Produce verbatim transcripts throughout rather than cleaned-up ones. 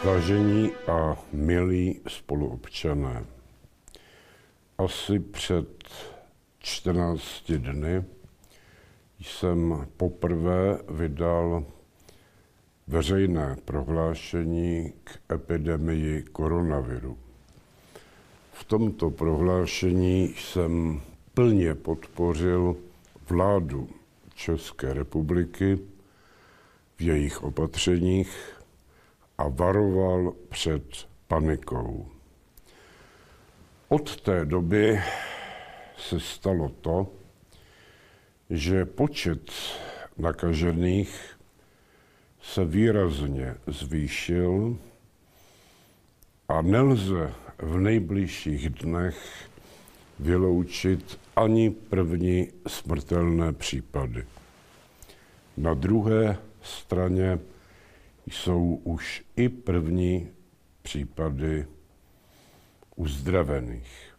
Vážení a milí spoluobčané, asi před čtrnácti dny jsem poprvé vydal veřejné prohlášení k epidemii koronaviru. V tomto prohlášení jsem plně podpořil vládu České republiky v jejich opatřeních a varoval před panikou. Od té doby se stalo to, že počet nakažených se výrazně zvýšil a nelze v nejbližších dnech vyloučit ani první smrtelné případy. Na druhé straně jsou už i první případy uzdravených.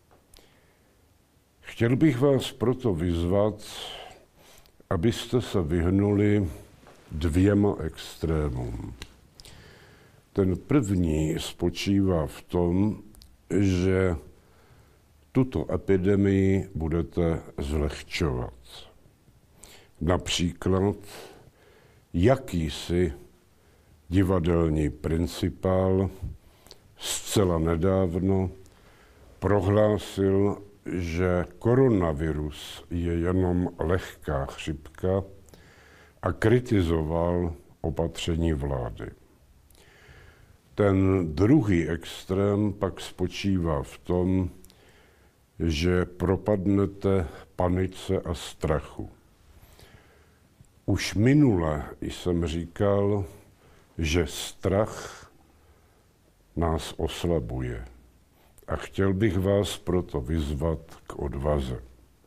Chtěl bych vás proto vyzvat, abyste se vyhnuli dvěma extrémům. Ten první spočívá v tom, že tuto epidemii budete zlehčovat. Například jakýsi divadelní principál zcela nedávno prohlásil, že koronavirus je jenom lehká chřipka a kritizoval opatření vlády. Ten druhý extrém pak spočívá v tom, že propadnete panice a strachu. Už minule jsem říkal, že strach nás oslabuje. A chtěl bych vás proto vyzvat k odvaze.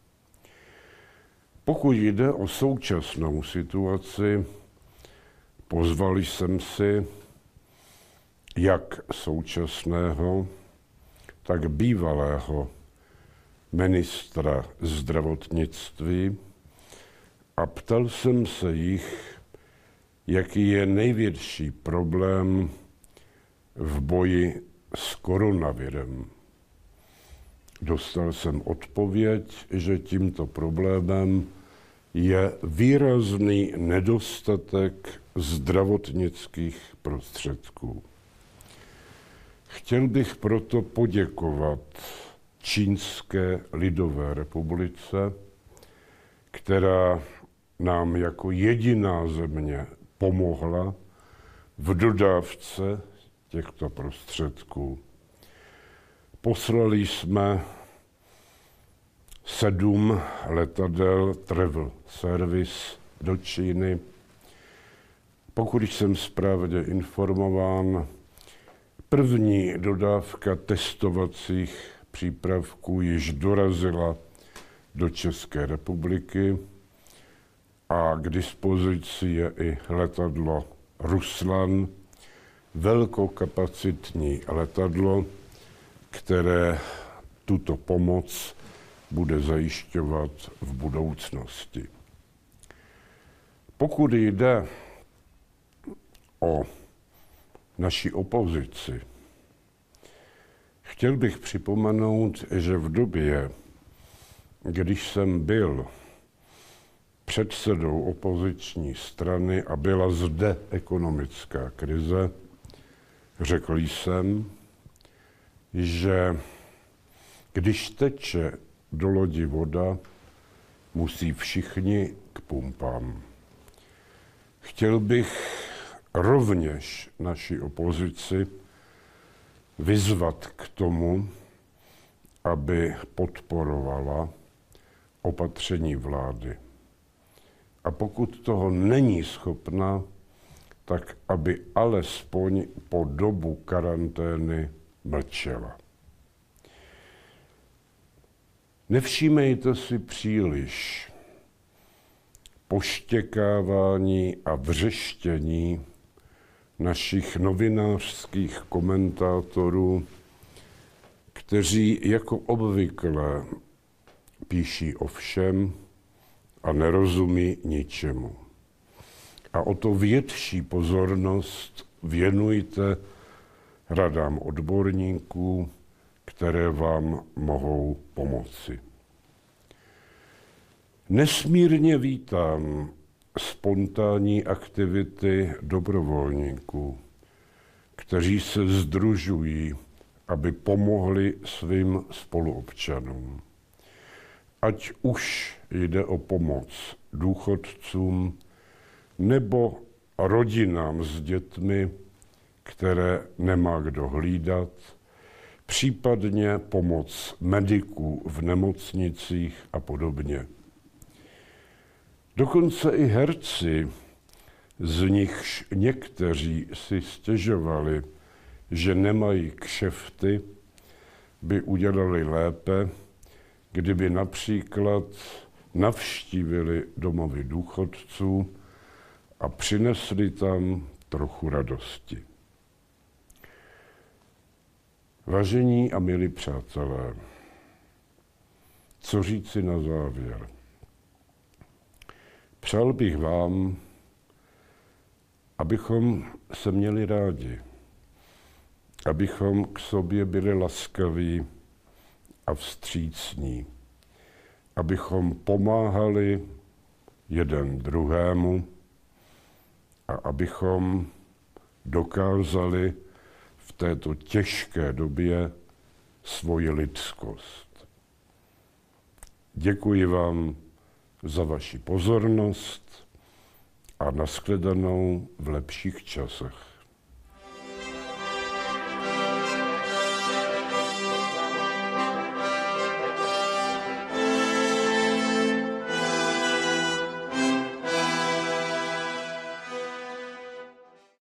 Pokud jde o současnou situaci, pozval jsem si jak současného, tak bývalého ministra zdravotnictví a ptal jsem se jich, jaký je největší problém v boji s koronavirem. Dostal jsem odpověď, že tímto problémem je výrazný nedostatek zdravotnických prostředků. Chtěl bych proto poděkovat Čínské lidové republice, která nám jako jediná země pomohla v dodávce těchto prostředků. Poslali jsme sedm letadel Travel Service do Číny. Pokud jsem správně informován, první dodávka testovacích přípravků již dorazila do České republiky a k dispozici je i letadlo Ruslan, velkokapacitní letadlo, které tuto pomoc bude zajišťovat v budoucnosti. Pokud jde o naši opozici, chtěl bych připomenout, že v době, když jsem byl předsedou opoziční strany a byla zde ekonomická krize, řekl jsem, že když teče do lodi voda, musí všichni k pumpám. Chtěl bych rovněž naši opozici vyzvat k tomu, aby podporovala opatření vlády. A pokud toho není schopna, tak aby alespoň po dobu karantény mlčela. Nevšímejte si příliš poštěkávání a vřeštění našich novinářských komentátorů, kteří jako obvykle píší o všem a nerozumí ničemu. A o to větší pozornost věnujte radám odborníků, které vám mohou pomoci. Nesmírně vítám spontánní aktivity dobrovolníků, kteří se sdružují, aby pomohli svým spoluobčanům. Ať už jde o pomoc důchodcům nebo rodinám s dětmi, které nemá kdo hlídat, případně pomoc mediků v nemocnicích a podobně. Dokonce i herci, z nichž někteří si stěžovali, že nemají kšefty, by udělali lépe, kdyby například navštívili domovy důchodců a přinesli tam trochu radosti. Vážení a milí přátelé, co říci na závěr? Přál bych vám, abychom se měli rádi, abychom k sobě byli laskaví a vstřícní, abychom pomáhali jeden druhému a abychom dokázali v této těžké době svoji lidskost. Děkuji vám za vaši pozornost a nashledanou v lepších časech.